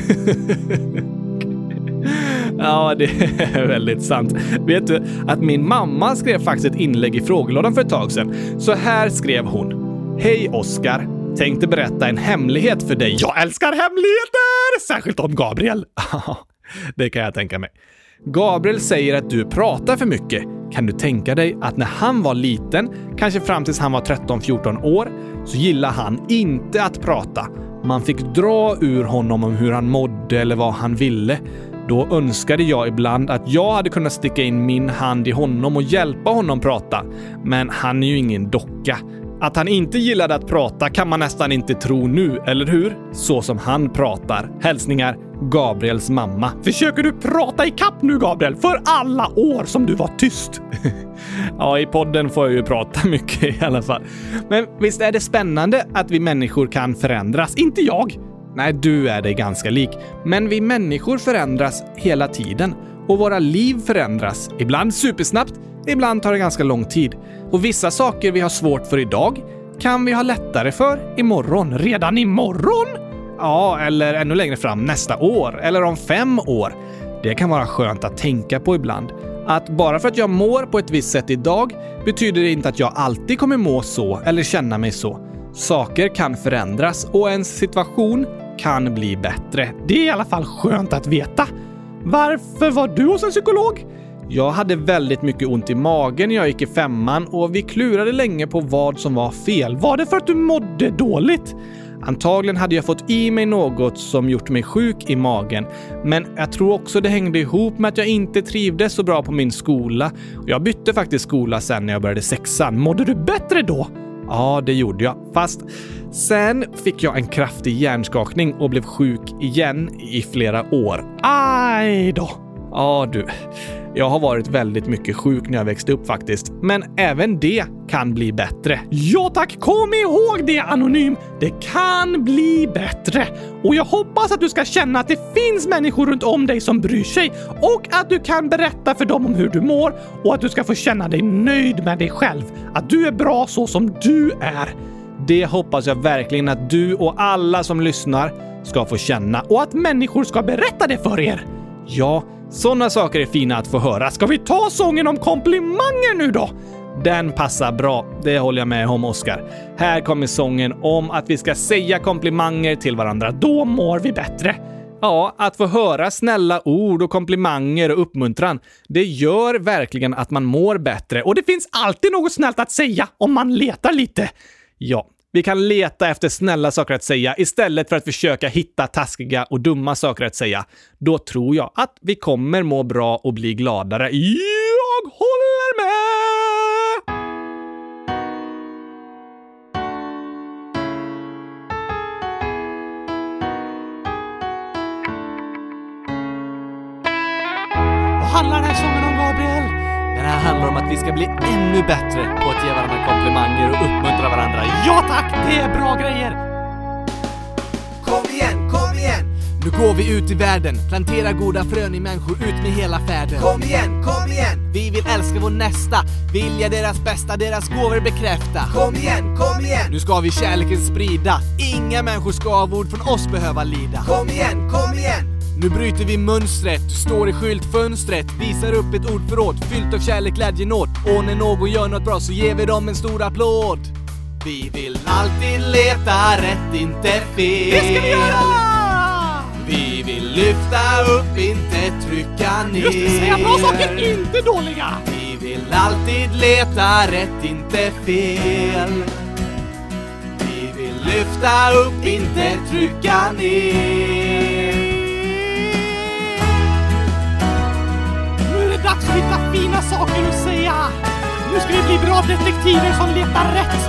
[SPEAKER 1] Ja, det är väldigt sant. Vet du att min mamma skrev faktiskt ett inlägg i frågelådan för ett tag sedan. Så här skrev hon. Hej Oskar, tänkte berätta en hemlighet för dig.
[SPEAKER 2] Jag älskar hemligheter, särskilt om Gabriel.
[SPEAKER 1] Det kan jag tänka mig. Gabriel säger att du pratar för mycket. Kan du tänka dig att när han var liten, kanske fram tills han var 13-14 år, så gillade han inte att prata. Man fick dra ur honom om hur han mådde eller vad han ville. Då önskade jag ibland att jag hade kunnat sticka in min hand i honom och hjälpa honom prata. Men han är ju ingen docka. Att han inte gillade att prata kan man nästan inte tro nu, eller hur? Så som han pratar. Hälsningar, Gabriels mamma.
[SPEAKER 2] Försöker du prata i kapp nu, Gabriel, för alla år som du var tyst?
[SPEAKER 1] Ja, i podden får jag ju prata mycket i alla fall. Men visst är det spännande att vi människor kan förändras?
[SPEAKER 2] Inte jag.
[SPEAKER 1] Nej, du är dig ganska lik. Men vi människor förändras hela tiden. Och våra liv förändras. Ibland supersnabbt, ibland tar det ganska lång tid. Och vissa saker vi har svårt för idag kan vi ha lättare för imorgon.
[SPEAKER 2] Redan imorgon?
[SPEAKER 1] Ja, eller ännu längre fram nästa år. Eller om 5 år. Det kan vara skönt att tänka på ibland. Att bara för att jag mår på ett visst sätt idag betyder det inte att jag alltid kommer må så eller känna mig så. Saker kan förändras och ens situation kan bli bättre.
[SPEAKER 2] Det är i alla fall skönt att veta. Varför var du hos en psykolog?
[SPEAKER 1] Jag hade väldigt mycket ont i magen när jag gick i 5:an och vi klurade länge på vad som var fel.
[SPEAKER 2] Var det för att du mådde dåligt?
[SPEAKER 1] Antagligen hade jag fått i mig något som gjort mig sjuk i magen. Men jag tror också det hängde ihop med att jag inte trivdes så bra på min skola. Jag bytte faktiskt skola sen när jag började 6:an.
[SPEAKER 2] Mådde du bättre då?
[SPEAKER 1] Ja, det gjorde jag. Fast sen fick jag en kraftig hjärnskakning och blev sjuk igen i flera år.
[SPEAKER 2] Aj då!
[SPEAKER 1] Ja du, jag har varit väldigt mycket sjuk när jag växte upp faktiskt. Men även det kan bli bättre.
[SPEAKER 2] Ja tack, kom ihåg det, Anonym. Det kan bli bättre. Och jag hoppas att du ska känna att det finns människor runt om dig som bryr sig. Och att du kan berätta för dem om hur du mår. Och att du ska få känna dig nöjd med dig själv. Att du är bra så som du är.
[SPEAKER 1] Det hoppas jag verkligen att du och alla som lyssnar ska få känna.
[SPEAKER 2] Och att människor ska berätta det för er.
[SPEAKER 1] Ja, sådana saker är fina att få höra.
[SPEAKER 2] Ska vi ta sången om komplimanger nu då?
[SPEAKER 1] Den passar bra, det håller jag med om, Oskar. Här kommer sången om att vi ska säga komplimanger till varandra.
[SPEAKER 2] Då mår vi bättre.
[SPEAKER 1] Ja, att få höra snälla ord och komplimanger och uppmuntran, det gör verkligen att man mår bättre.
[SPEAKER 2] Och det finns alltid något snällt att säga om man letar lite.
[SPEAKER 1] Ja, vi kan leta efter snälla saker att säga istället för att försöka hitta taskiga och dumma saker att säga. Då tror jag att vi kommer må bra och bli gladare.
[SPEAKER 2] Jag håller med! Vad handlar den här sången om, Gabriel?
[SPEAKER 1] Den här handlar om att vi ska bli ännu bättre på att ge varandra komplimanger och uppmuntra varandra.
[SPEAKER 2] Ja tack, det är bra grejer!
[SPEAKER 3] Kom igen, kom igen!
[SPEAKER 4] Nu går vi ut i världen, plantera goda frön i människor ut med hela färden.
[SPEAKER 3] Kom igen, kom igen!
[SPEAKER 4] Vi vill älska vår nästa, vilja deras bästa, deras gåvor bekräfta.
[SPEAKER 3] Kom igen, kom igen!
[SPEAKER 4] Nu ska vi kärleken sprida, inga människor ska av ord från oss behöva lida.
[SPEAKER 3] Kom igen, kom igen!
[SPEAKER 4] Nu bryter vi mönstret, du står i skyltfönstret, visar upp ett ordförråd fyllt av kärlek, glädje, nåd. Och när någon gör något bra så ger vi dem en stor applåd. Vi vill alltid leta rätt, inte fel.
[SPEAKER 2] Det ska vi göra!
[SPEAKER 4] Vi vill lyfta upp, inte trycka ner.
[SPEAKER 2] Just det, säga bra saker, inte dåliga.
[SPEAKER 4] Vi vill alltid leta rätt, inte fel. Vi vill lyfta upp, inte trycka ner.
[SPEAKER 2] Nu är det dags att hitta fina saker att säga. Nu ska vi bli bra detektiver som letar rätt.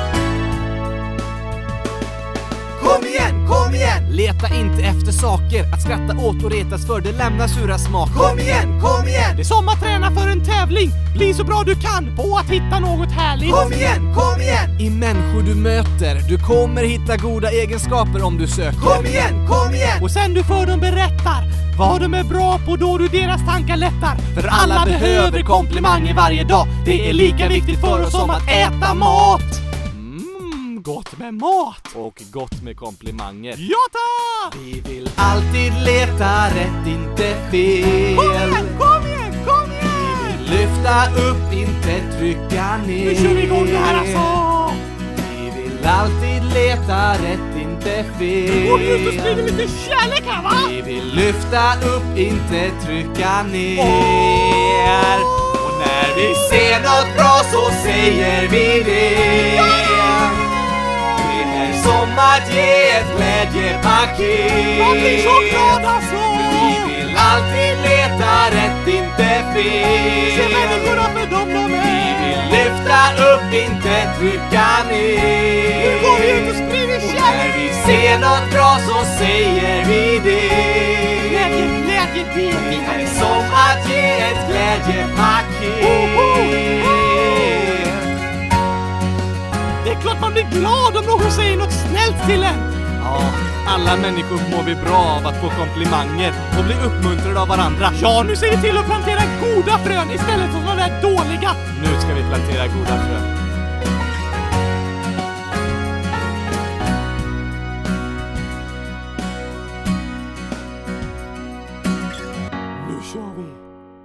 [SPEAKER 3] Kom igen, kom igen!
[SPEAKER 4] Leta inte efter saker att skratta åt och retas för, det lämnar sura smaker.
[SPEAKER 3] Kom igen, kom igen!
[SPEAKER 2] Det är som att träna för en tävling. Bli så bra du kan på att hitta något härligt.
[SPEAKER 3] Kom igen, kom igen!
[SPEAKER 4] I människor du möter, du kommer hitta goda egenskaper om du söker.
[SPEAKER 3] Kom igen, kom igen!
[SPEAKER 2] Och sen du för dem berättar vad de är bra på, då du deras tankar lättar.
[SPEAKER 4] För alla behöver komplimanger varje dag. Det är lika viktigt för oss som att äta mat.
[SPEAKER 2] Gott med mat.
[SPEAKER 4] Och gott med komplimanger.
[SPEAKER 2] Ja tack!
[SPEAKER 4] Vi vill alltid leta rätt, inte fel.
[SPEAKER 2] Kom igen, kom igen, kom igen!
[SPEAKER 4] Vi vill lyfta upp, inte trycka ner.
[SPEAKER 2] Nu kör vi igång det här alltså!
[SPEAKER 4] Vi vill alltid leta rätt, inte fel.
[SPEAKER 2] Och ut och sprider lite kärlek här, va?
[SPEAKER 4] Vi vill lyfta upp, inte trycka ner. Och när vi ser något bra så säger vi det. Det är som att ge ett glädjepaket.
[SPEAKER 2] Man blir så glad alltså!
[SPEAKER 4] Vi vill alltid leta rätt, inte fel.
[SPEAKER 2] Se människorna för dem de är.
[SPEAKER 4] Vi vill lyfta upp, inte trycka ner.
[SPEAKER 2] Nu går vi ut och sprider kärlek.
[SPEAKER 4] När vi ser något bra så säger vi det.
[SPEAKER 2] Glädje, glädje, det
[SPEAKER 4] är som att ge ett glädjepaket.
[SPEAKER 2] Det är klart man blir glad om någon säger något snällt till en.
[SPEAKER 4] Ja, alla människor mår vi bra av att få komplimanger och bli uppmuntrade av varandra.
[SPEAKER 2] Ja, nu ser vi till att plantera goda frön istället för de där dåliga.
[SPEAKER 4] Nu ska vi plantera goda frön.
[SPEAKER 2] Nu kör vi.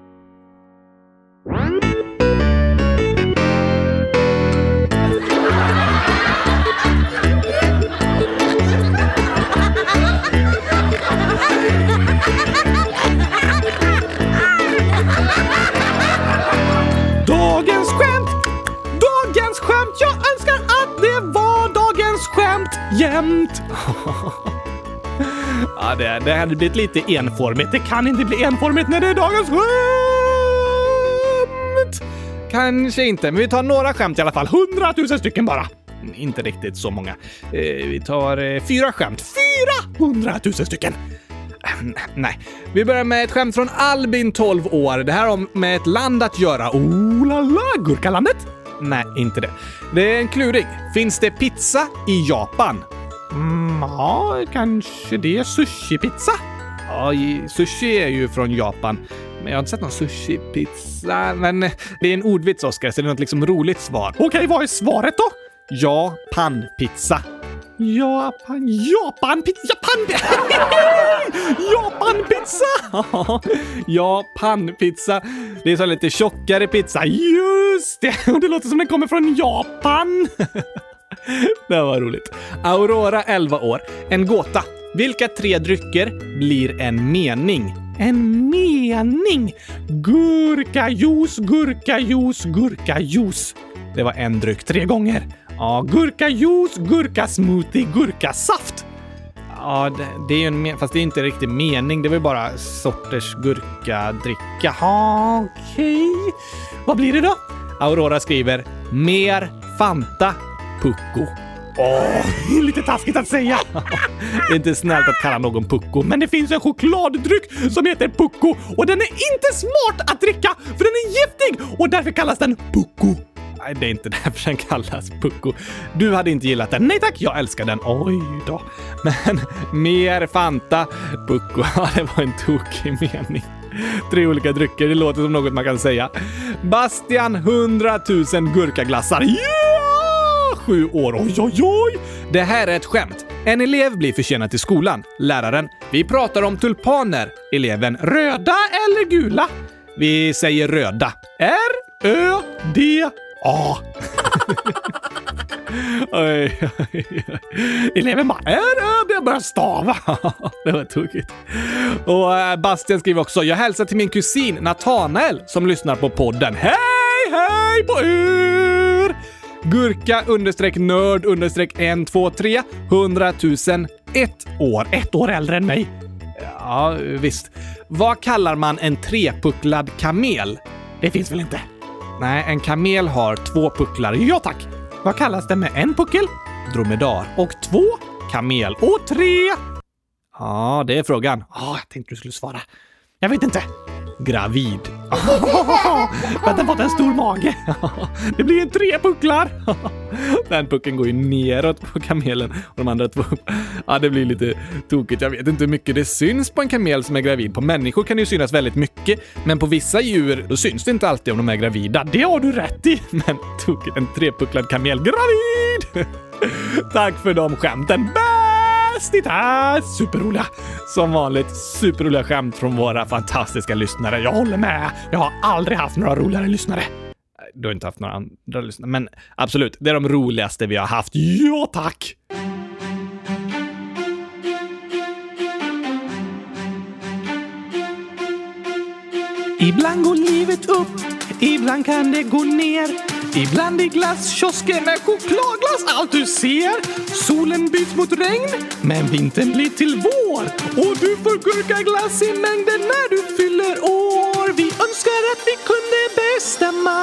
[SPEAKER 2] Dagens skämt! Dagens skämt! Jag önskar att det var dagens skämt jämt! Ja, det hade blivit lite enformigt. Det kan inte bli enformigt när det är dagens skämt! Kanske inte, men vi tar några skämt i alla fall. 100 000 stycken bara. Inte riktigt så många. Vi tar 4 skämt. 400 000 stycken! Nej, vi börjar med ett skämt från Albin, 12 år. Det här har med ett land att göra. Oh la la, Gurkalandet? Nej, inte det. Det är en klurig. Finns det pizza i Japan? Ja, kanske det är sushi-pizza. Ja, sushi är ju från Japan. Men jag har inte sett någon sushi-pizza. Men det är en ordvits, Oskar, så det är något liksom roligt svar. Okej, vad är svaret då? Japan-pizza. Japan-pizza! Japan-pizza! Det är så lite tjockare pizza. Just det! Det låter som den kommer från Japan. Det var roligt. Aurora, 11 år. En gåta. Vilka 3 drycker blir en mening? En mening? Gurkajuice, gurkajuice, gurkajuice. Det var en dryck 3 gånger. Ja, gurkajuice, gurkasmoothie, gurkasaft. Ja, det är ju fast det är inte riktigt mening. Det var ju bara sorters gurkadricka. Ja, okej. Vad blir det då? Aurora skriver mer Fanta Pucko. Lite taskigt att säga. Det är inte snällt att kalla någon Pucko. Men det finns en chokladdryck som heter Pucko. Och den är inte smart att dricka, för den är giftig. Och därför kallas den Pucko. Nej, det är inte därför den kallas Pucko. Du hade inte gillat den. Nej tack, jag älskar den. Oj då. Men mer Fanta Pucko. Ja, det var en tokig mening. 3 olika drycker, det låter som något man kan säga. Bastian, 100 000 gurkaglassar. Ja! 7 år. Oj, oj, oj. Det här är ett skämt.
[SPEAKER 1] En elev blir försenad till skolan. Läraren: vi pratar om tulpaner. Eleven:
[SPEAKER 2] Röda eller gula?
[SPEAKER 1] vi säger röda.
[SPEAKER 2] R-Ö-D-A.
[SPEAKER 1] Oj.
[SPEAKER 2] Eleven bara, R-Ö-D börjar stava.
[SPEAKER 1] Det var tokigt. Och Bastian skriver också: jag hälsar till min kusin Nathanael som lyssnar på podden. Hej på er! Gurka _nörd _123 100 000 1 år.
[SPEAKER 2] 1 år äldre än mig.
[SPEAKER 1] Ja, visst. Vad kallar man en trepucklad kamel?
[SPEAKER 2] Det finns väl inte?
[SPEAKER 1] Nej, en kamel har 2 pucklar.
[SPEAKER 2] Ja tack. Vad kallas det med en puckel?
[SPEAKER 1] Dromedar.
[SPEAKER 2] Och 2?
[SPEAKER 1] Kamel.
[SPEAKER 2] Och 3?
[SPEAKER 1] Ja, det är frågan.
[SPEAKER 2] Jag tänkte du skulle svara. Jag vet inte.
[SPEAKER 1] Gravid.
[SPEAKER 2] För att den fått en stor mage. Det blir en 3 pucklar.
[SPEAKER 1] Den pucken går ju neråt på kamelen och de andra 2 upp. Ja, det blir lite tokigt. Jag vet inte hur mycket det syns på en kamel som är gravid. På människor kan det ju synas väldigt mycket. Men på vissa djur, då syns det inte alltid om de är gravida.
[SPEAKER 2] Det har du rätt i.
[SPEAKER 1] Men tokigt, en 3pucklad kamel gravid! Tack för de skämten. Bästitas! Superroliga. Som vanligt, superroliga skämt från våra fantastiska lyssnare.
[SPEAKER 2] Jag håller med. Jag har aldrig haft några roligare lyssnare.
[SPEAKER 1] Du har inte haft några andra lyssnare, men absolut, det är de roligaste vi har haft.
[SPEAKER 2] Ja, tack! Ibland går livet upp, ibland kan det gå ner. Ibland i glasskiosken är chokladglass allt du ser. Solen byts mot regn, men vintern blir till vår. Och du får gurkaglass i mängden när du fyller år. Vi önskar att vi kunde bestämma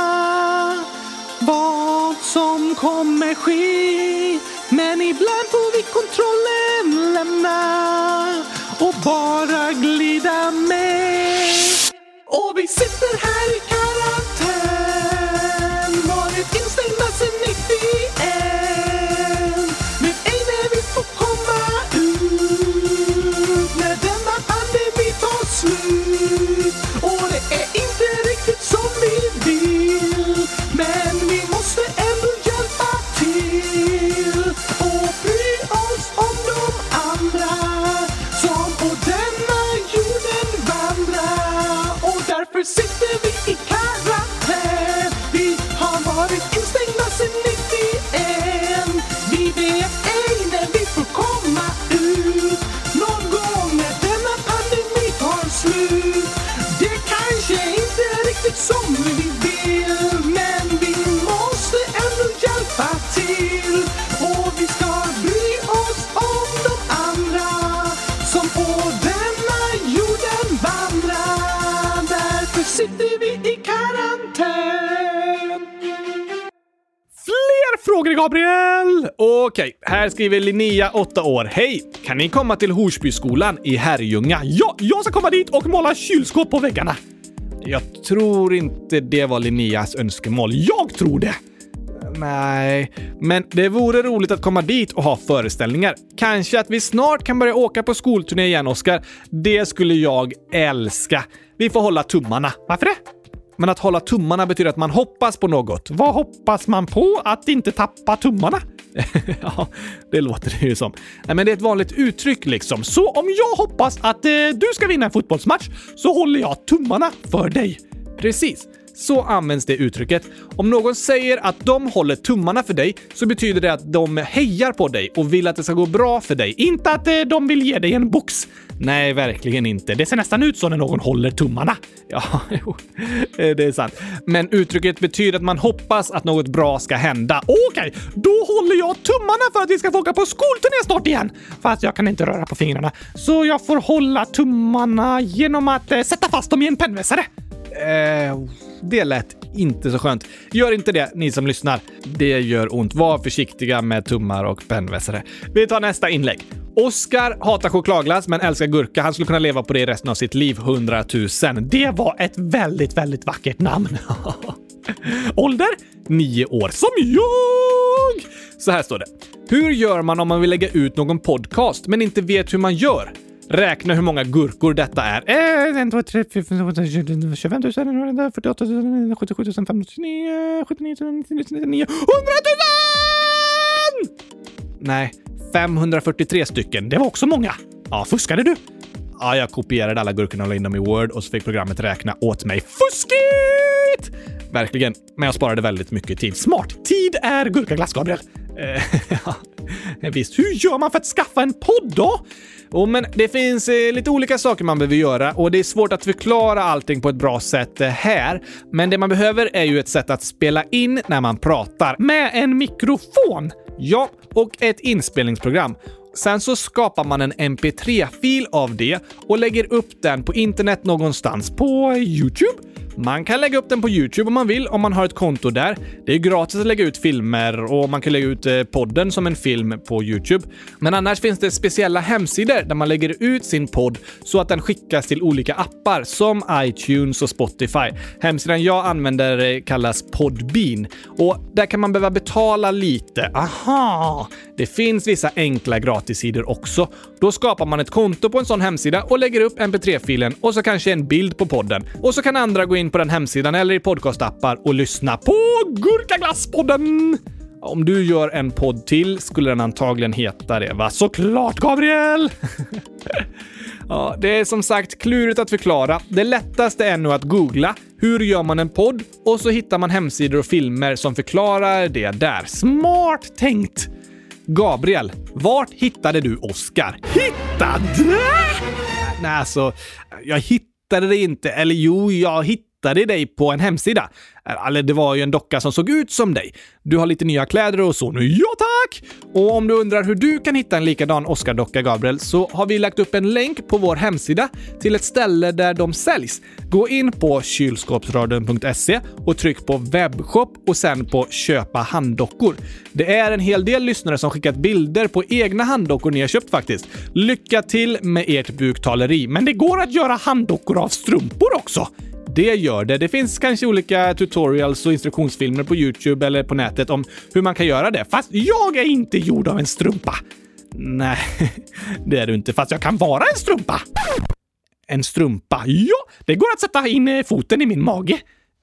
[SPEAKER 2] vad som kommer ske. Men ibland får vi kontrollen lämna och bara glida med. Och vi sitter här i karantän, varit instängda sen 91. Men ej när vi får komma ut, när denna pandemi tar slut. Och det är inte riktigt som vi vill, men vi måste ändå hjälpa till och bry oss om de andra som på denna jorden vandrar. Och därför sitter vi i karantän. Vi har varit instängda sen 91. Vi vet ej när vi får komma ut, någon gång när denna pandemi tar slut. Det kanske inte är riktigt som vi vill, men vi måste ändå hjälpa till. Och vi ska bry oss om de andra som på denna jorden vandrar. Därför sitter vi i karantän.
[SPEAKER 1] Fler frågor, Gabriel! Okej, här skriver Linnea, 8 år. Hej! Kan ni komma till Horsbyskolan i Herrljunga?
[SPEAKER 2] Ja, jag ska komma dit och måla kylskåp på väggarna.
[SPEAKER 1] Jag tror inte det var Linneas önskemål.
[SPEAKER 2] Jag tror det.
[SPEAKER 1] Nej, men det vore roligt att komma dit och ha föreställningar. Kanske att vi snart kan börja åka på skolturné igen, Oskar. Det skulle jag älska. Vi får hålla tummarna.
[SPEAKER 2] Varför det?
[SPEAKER 1] Men att hålla tummarna betyder att man hoppas på något.
[SPEAKER 2] Vad hoppas man på? Att inte tappa tummarna?
[SPEAKER 1] Ja, det låter det ju som. Nej, men det är ett vanligt uttryck liksom.
[SPEAKER 2] Så om jag hoppas att du ska vinna en fotbollsmatch så håller jag tummarna för dig.
[SPEAKER 1] Precis. Så används det uttrycket. Om någon säger att de håller tummarna för dig så betyder det att de hejar på dig och vill att det ska gå bra för dig.
[SPEAKER 2] Inte att de vill ge dig en box.
[SPEAKER 1] Nej, verkligen inte.
[SPEAKER 2] Det ser nästan ut så när någon håller tummarna.
[SPEAKER 1] Ja, jo, det är sant. Men uttrycket betyder att man hoppas att något bra ska hända.
[SPEAKER 2] Okej, då håller jag tummarna för att vi ska få åka på skolturné snart igen. Fast jag kan inte röra på fingrarna. Så jag får hålla tummarna genom att sätta fast dem i en pennvässare.
[SPEAKER 1] Det lät inte så skönt. Gör inte det, ni som lyssnar. Det gör ont. Var försiktiga med tummar och pennvässare. Vi tar nästa inlägg. Oskar hatar chokladglass men älskar gurka. Han skulle kunna leva på det resten av sitt liv. 100 000.
[SPEAKER 2] Det var ett väldigt, väldigt vackert namn. Ålder?
[SPEAKER 1] 9 år.
[SPEAKER 2] Som jag!
[SPEAKER 1] Så här står det. Hur gör man om man vill lägga ut någon podcast men inte vet hur man gör? Räkna hur många gurkor detta är.
[SPEAKER 2] 1, 2, 3, 4, 5, 6, 7, 25 000, 48 000, 77 599, 79 000, 99 000, 100 000!
[SPEAKER 1] Nej, 543 stycken.
[SPEAKER 2] Det var också många. Ja, fuskade du?
[SPEAKER 1] Ja, jag kopierade alla gurkorna och la in dem i Word och så fick programmet räkna åt mig. Fuskigt! Verkligen, men jag sparade väldigt mycket tid.
[SPEAKER 2] Smart. Tid är gurkaglass, Gabriel. Visst, hur gör man för att skaffa en podd då?
[SPEAKER 1] Men det finns lite olika saker man behöver göra och det är svårt att förklara allting på ett bra sätt här. Men det man behöver är ju ett sätt att spela in när man pratar.
[SPEAKER 2] Med en mikrofon?
[SPEAKER 1] Ja, och ett inspelningsprogram. Sen så skapar man en mp3-fil av det och lägger upp den på internet någonstans. På YouTube? Man kan lägga upp den på YouTube om man vill, om man har ett konto där. Det är gratis att lägga ut filmer och man kan lägga ut podden som en film på YouTube. Men annars finns det speciella hemsidor där man lägger ut sin podd så att den skickas till olika appar som iTunes och Spotify. Hemsidan jag använder kallas Podbean och där kan man behöva betala lite. Aha! Det finns vissa enkla gratissidor också. Då skapar man ett konto på en sån hemsida och lägger upp mp3-filen och så kanske en bild på podden. Och så kan andra gå in på den hemsidan eller i podcastappar och lyssna på Gurkaglasspodden. Om du gör en podd till skulle den antagligen heta det, va?
[SPEAKER 2] Såklart, Gabriel!
[SPEAKER 1] Ja, det är som sagt klurigt att förklara. Det lättaste är nog att googla hur gör man en podd och så hittar man hemsidor och filmer som förklarar det där.
[SPEAKER 2] Smart tänkt!
[SPEAKER 1] Gabriel, vart hittade du Oscar?
[SPEAKER 2] Hittade?
[SPEAKER 1] Nej, alltså, jag hittade det inte. Eller jo, jag hittade dig på en hemsida. Eller det var ju en docka som såg ut som dig. Du har lite nya kläder och så nu. Ja, tack! Och om du undrar hur du kan hitta en likadan Oscar-docka, Gabriel, så har vi lagt upp en länk på vår hemsida till ett ställe där de säljs. Gå in på kylskåpsradion.se och tryck på webbshop och sen på köpa handdockor. Det är en hel del lyssnare som skickat bilder på egna handdockor ni har köpt faktiskt. Lycka till med ert buktaleri.
[SPEAKER 2] Men det går att göra handdockor av strumpor också.
[SPEAKER 1] Det gör det. Det finns kanske olika tutorials och instruktionsfilmer på YouTube eller på nätet om hur man kan göra det.
[SPEAKER 2] Fast jag är inte gjord av en strumpa.
[SPEAKER 1] Nej, det är du inte.
[SPEAKER 2] Fast jag kan vara en strumpa.
[SPEAKER 1] En strumpa?
[SPEAKER 2] Ja, det går att sätta in foten i min mage.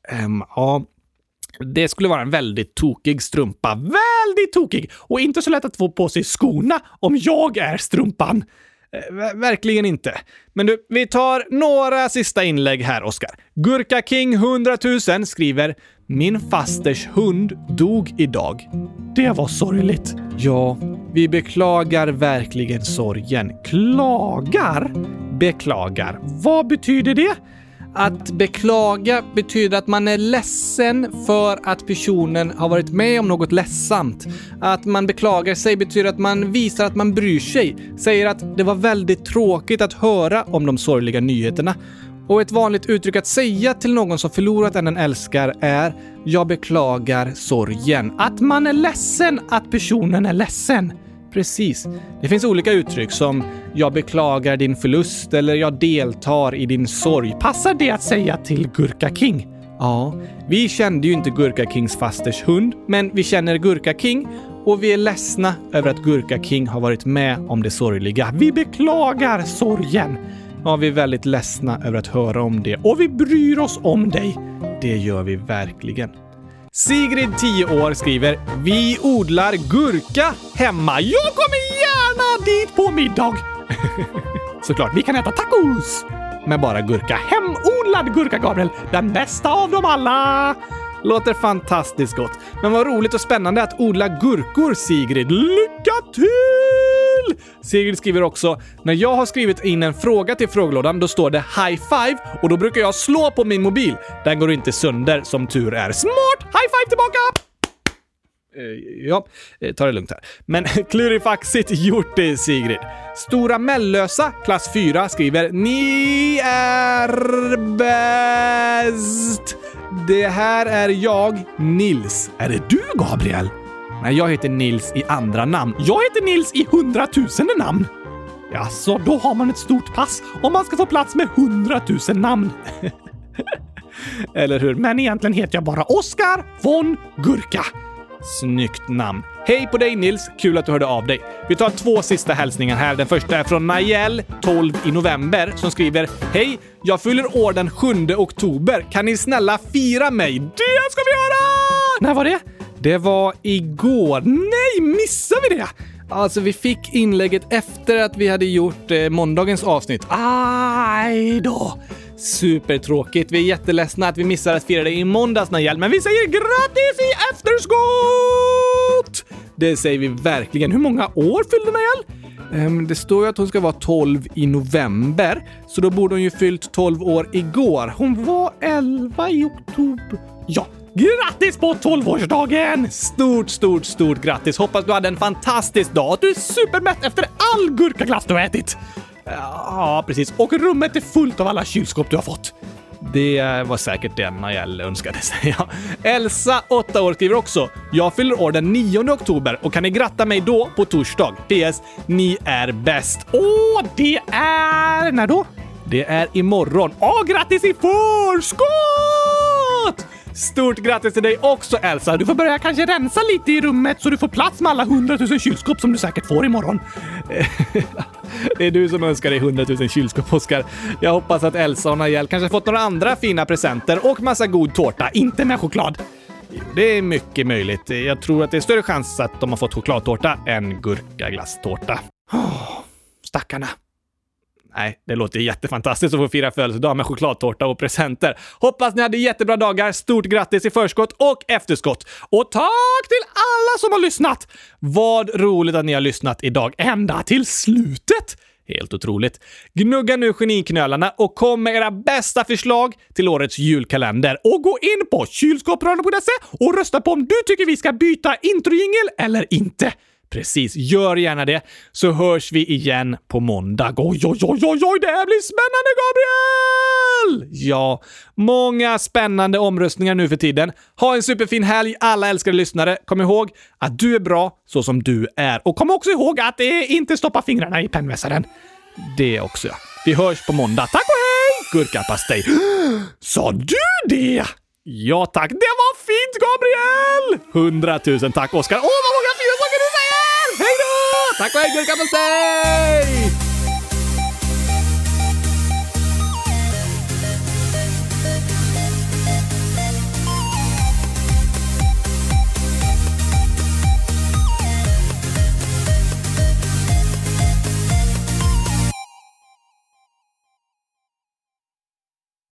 [SPEAKER 1] Ja, det skulle vara en väldigt tokig strumpa.
[SPEAKER 2] Väldigt tokig. Och inte så lätt att få på sig skorna om jag är strumpan.
[SPEAKER 1] Verkligen inte. Men du, vi tar några sista inlägg här, Oscar. Gurka King 100 000 skriver: min fasters hund dog idag.
[SPEAKER 2] Det var sorgligt.
[SPEAKER 1] Ja, vi beklagar verkligen sorgen.
[SPEAKER 2] Klagar?
[SPEAKER 1] Beklagar.
[SPEAKER 2] Vad betyder det?
[SPEAKER 1] Att beklaga betyder att man är ledsen för att personen har varit med om något ledsamt. Att man beklagar sig betyder att man visar att man bryr sig. Säger att det var väldigt tråkigt att höra om de sorgliga nyheterna. Och ett vanligt uttryck att säga till någon som förlorat en älskar är: jag beklagar sorgen.
[SPEAKER 2] Att man är ledsen att personen är ledsen.
[SPEAKER 1] Precis. Det finns olika uttryck som jag beklagar din förlust eller jag deltar i din sorg.
[SPEAKER 2] Passar det att säga till Gurka King?
[SPEAKER 1] Ja, vi kände ju inte Gurka Kings fasters hund, men vi känner Gurka King och vi är ledsna över att Gurka King har varit med om det sorgliga.
[SPEAKER 2] Vi beklagar sorgen.
[SPEAKER 1] Ja, vi är väldigt ledsna över att höra om det.
[SPEAKER 2] Och vi bryr oss om dig.
[SPEAKER 1] Det gör vi verkligen. Sigrid, 10 år, skriver: vi odlar gurka hemma.
[SPEAKER 2] Jag kommer gärna dit på middag.
[SPEAKER 1] Såklart, vi kan äta tacos med bara gurka.
[SPEAKER 2] Hemodlad gurka, Gabriel. Den bästa av dem alla.
[SPEAKER 1] Låter fantastiskt gott. Men vad roligt och spännande att odla gurkor, Sigrid.
[SPEAKER 2] Lycka till!
[SPEAKER 1] Sigrid skriver också: när jag har skrivit in en fråga till frågelådan, då står det high five och då brukar jag slå på min mobil. Den går inte sönder, som tur är.
[SPEAKER 2] Smart! High five tillbaka!
[SPEAKER 1] Ja, ta det lugnt här. Men klurifaxigt gjort det, Sigrid. Stora Mellösa, klass 4, skriver: ni är bäst. Det här är jag, Nils.
[SPEAKER 2] Är det du, Gabriel?
[SPEAKER 1] Nej, jag heter Nils i andra namn.
[SPEAKER 2] Jag heter Nils i 100 000 namn. Ja, så då har man ett stort pass om man ska få plats med 100 000 namn.
[SPEAKER 1] Eller hur?
[SPEAKER 2] Men egentligen heter jag bara Oscar von Gurka.
[SPEAKER 1] Snyggt namn. Hej på dig, Nils. Kul att du hörde av dig. Vi tar 2 sista hälsningar här. Den första är från Najel, 12 i november, som skriver: hej, jag fyller år den 7 oktober. Kan ni snälla fira mig?
[SPEAKER 2] Det ska vi göra!
[SPEAKER 1] När var det? Det var igår.
[SPEAKER 2] Nej, missar vi det?
[SPEAKER 1] Alltså, vi fick inlägget efter att vi hade gjort måndagens avsnitt.
[SPEAKER 2] Aj då! Supertråkigt. Vi är jätteledsna att vi missade att fira det i måndags, Najal. Men vi säger grattis i efterskott!
[SPEAKER 1] Det säger vi verkligen. Hur många år fyllde Najal? Det står ju att hon ska vara 12 i november. Så då borde hon ju fyllt 12 år igår.
[SPEAKER 2] Hon var 11 i oktober. Ja, grattis på 12-årsdagen!
[SPEAKER 1] Stort grattis. Hoppas du hade en fantastisk dag.
[SPEAKER 2] Du är supermätt efter all gurkaglass du har ätit.
[SPEAKER 1] Ja, precis.
[SPEAKER 2] Och rummet är fullt av alla kylskåp du har fått.
[SPEAKER 1] Det var säkert det Najal önskade sig. Ja. Elsa, 8 år, skriver också: jag fyller år den 9 oktober och kan ni gratta mig då på torsdag? PS, ni är bäst.
[SPEAKER 2] Det är... När då?
[SPEAKER 1] Det är imorgon.
[SPEAKER 2] Grattis i förskott!
[SPEAKER 1] Stort grattis till dig också, Elsa.
[SPEAKER 2] Du får börja kanske rensa lite i rummet så du får plats med alla 100 000 kylskåp som du säkert får imorgon.
[SPEAKER 1] Det är du som önskar dig 100 000 kylskåp, Oskar. Jag hoppas att Elsa och Najal kanske fått några andra fina presenter och massa god tårta, inte med choklad. Det är mycket möjligt. Jag tror att det är större chans att de har fått chokladtårta än gurkaglasstårta.
[SPEAKER 2] Stackarna.
[SPEAKER 1] Nej, det låter jättefantastiskt att få fira födelsedag med chokladtårta och presenter. Hoppas ni hade jättebra dagar. Stort grattis i förskott och efterskott. Och tack till alla som har lyssnat. Vad roligt att ni har lyssnat idag ända till slutet. Helt otroligt. Gnugga nu geniknölarna och kom med era bästa förslag till årets julkalender. Och gå in på kylskåpradion.se och rösta på om du tycker vi ska byta introjingel eller inte. Precis, gör gärna det, så hörs vi igen på måndag. Oj, det här blir spännande, Gabriel! Ja, många spännande omröstningar nu för tiden. Ha en superfin helg, alla älskade lyssnare. Kom ihåg att du är bra så som du är. Och kom också ihåg att inte stoppa fingrarna i pennvässaren. Det också, ja. Vi hörs på måndag. Tack och hej! Gurkapastej. Sa du det? Ja, tack. Det var fint, Gabriel! 100 000 tack, Oskar. Vad många fina saker du säger! Hej då! Tack och hej, gurkapastej!